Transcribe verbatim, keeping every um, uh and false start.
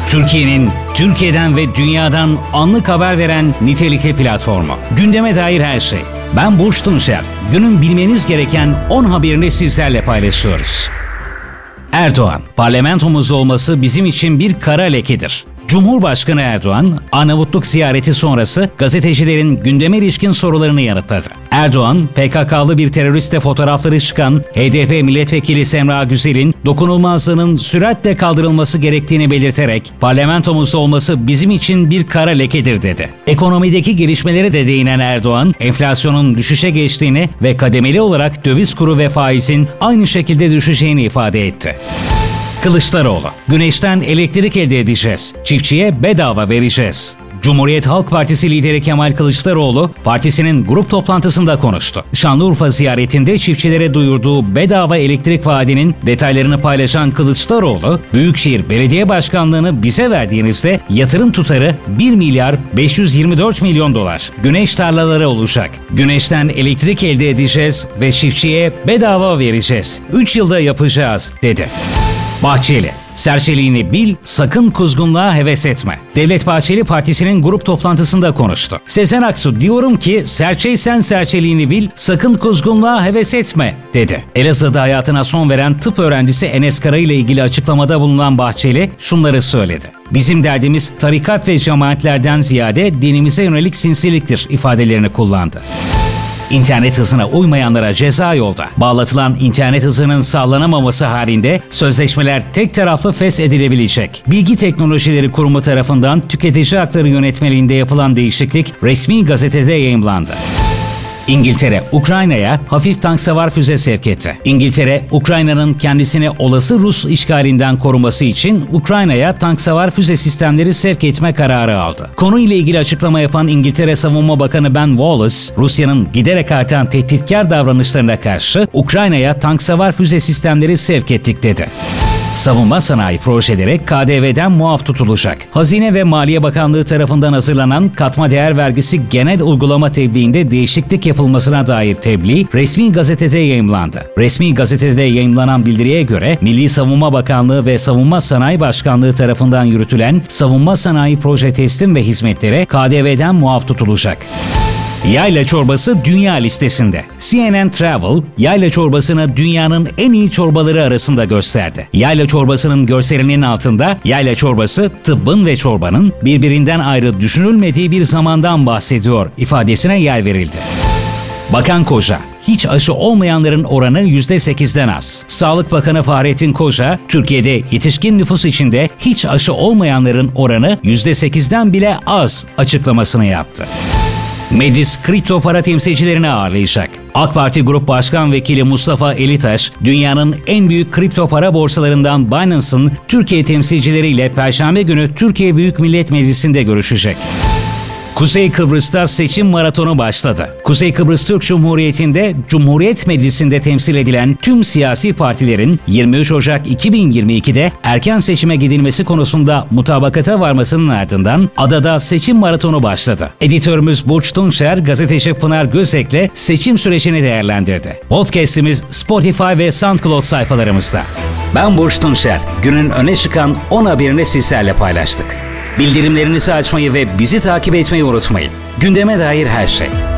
Türkiye'nin, Türkiye'den ve dünyadan anlık haber veren nitelikli platformu. Gündeme dair her şey. Ben Burç Tunçer. Günün bilmeniz gereken on haberini sizlerle paylaşıyoruz. Erdoğan, parlamentomuzda olması bizim için bir kara lekedir. Cumhurbaşkanı Erdoğan, Arnavutluk ziyareti sonrası gazetecilerin gündeme ilişkin sorularını yanıtladı. Erdoğan, P K K'lı bir teröristle fotoğrafları çıkan H D P milletvekili Semra Güzel'in dokunulmazlığının süratle kaldırılması gerektiğini belirterek parlamentomuzda olması bizim için bir kara lekedir dedi. Ekonomideki gelişmelere de değinen Erdoğan, enflasyonun düşüşe geçtiğini ve kademeli olarak döviz kuru ve faizin aynı şekilde düşeceğini ifade etti. Kılıçdaroğlu, güneşten elektrik elde edeceğiz, çiftçiye bedava vereceğiz. Cumhuriyet Halk Partisi lideri Kemal Kılıçdaroğlu, partisinin grup toplantısında konuştu. Şanlıurfa ziyaretinde çiftçilere duyurduğu bedava elektrik vaadinin detaylarını paylaşan Kılıçdaroğlu, Büyükşehir Belediye Başkanlığı'nı bize verdiğinizde yatırım tutarı bir milyar beş yüz yirmi dört milyon dolar. Güneş tarlaları olacak. Güneşten elektrik elde edeceğiz ve çiftçiye bedava vereceğiz. üç yılda yapacağız, dedi. Bahçeli, serçeliğini bil, sakın kuzgunluğa heves etme. Devlet Bahçeli partisinin grup toplantısında konuştu. Sezen Aksu, diyorum ki serçeysen serçeliğini bil, sakın kuzgunluğa heves etme, dedi. Elazığ'da hayatına son veren tıp öğrencisi Enes Kara ile ilgili açıklamada bulunan Bahçeli şunları söyledi. Bizim derdimiz tarikat ve cemaatlerden ziyade dinimize yönelik sinsiliktir ifadelerini kullandı. İnternet hızına uymayanlara ceza yolda. Bağlatılan internet hızının sağlanamaması halinde sözleşmeler tek taraflı feshedilebilecek. Bilgi Teknolojileri Kurumu tarafından Tüketici Hakları Yönetmeliğinde yapılan değişiklik resmi gazetede yayımlandı. İngiltere, Ukrayna'ya hafif tank savar füze sevk etti. İngiltere, Ukrayna'nın kendisini olası Rus işgalinden koruması için Ukrayna'ya tank savar füze sistemleri sevk etme kararı aldı. Konuyla ilgili açıklama yapan İngiltere Savunma Bakanı Ben Wallace, Rusya'nın giderek artan tehditkar davranışlarına karşı Ukrayna'ya tank savar füze sistemleri sevk ettik dedi. Savunma sanayi projeleri K D V'den muaf tutulacak. Hazine ve Maliye Bakanlığı tarafından hazırlanan katma değer vergisi genel uygulama tebliğinde değişiklik yapılmasına dair tebliğ resmi gazetede yayımlandı. Resmi gazetede yayımlanan bildiriye göre Milli Savunma Bakanlığı ve Savunma Sanayi Başkanlığı tarafından yürütülen savunma sanayi proje teslim ve hizmetlere K D V'den muaf tutulacak. Yayla çorbası dünya listesinde. C N N Travel, yayla çorbasını dünyanın en iyi çorbaları arasında gösterdi. Yayla çorbasının görselinin altında yayla çorbası tıbbın ve çorbanın birbirinden ayrı düşünülmediği bir zamandan bahsediyor ifadesine yer verildi. Bakan Koca, hiç aşı olmayanların oranı yüzde sekizden az. Sağlık Bakanı Fahrettin Koca, Türkiye'de yetişkin nüfus içinde hiç aşı olmayanların oranı yüzde sekizden bile az açıklamasını yaptı. Meclis kripto para temsilcilerini ağırlayacak. AK Parti Grup Başkan Vekili Mustafa Elitaş, dünyanın en büyük kripto para borsalarından Binance'ın Türkiye temsilcileriyle Perşembe günü Türkiye Büyük Millet Meclisi'nde görüşecek. Kuzey Kıbrıs'ta seçim maratonu başladı. Kuzey Kıbrıs Türk Cumhuriyeti'nde Cumhuriyet Meclisi'nde temsil edilen tüm siyasi partilerin yirmi üç Ocak iki bin yirmi ikide erken seçime gidilmesi konusunda mutabakata varmasının ardından adada seçim maratonu başladı. Editörümüz Burç Tunçer, gazeteci Pınar Gözek'le seçim sürecini değerlendirdi. Podcast'imiz Spotify ve SoundCloud sayfalarımızda. Ben Burç Tunçer, günün öne çıkan on haberini sizlerle paylaştık. Bildirimlerinizi açmayı ve bizi takip etmeyi unutmayın. Gündeme dair her şey.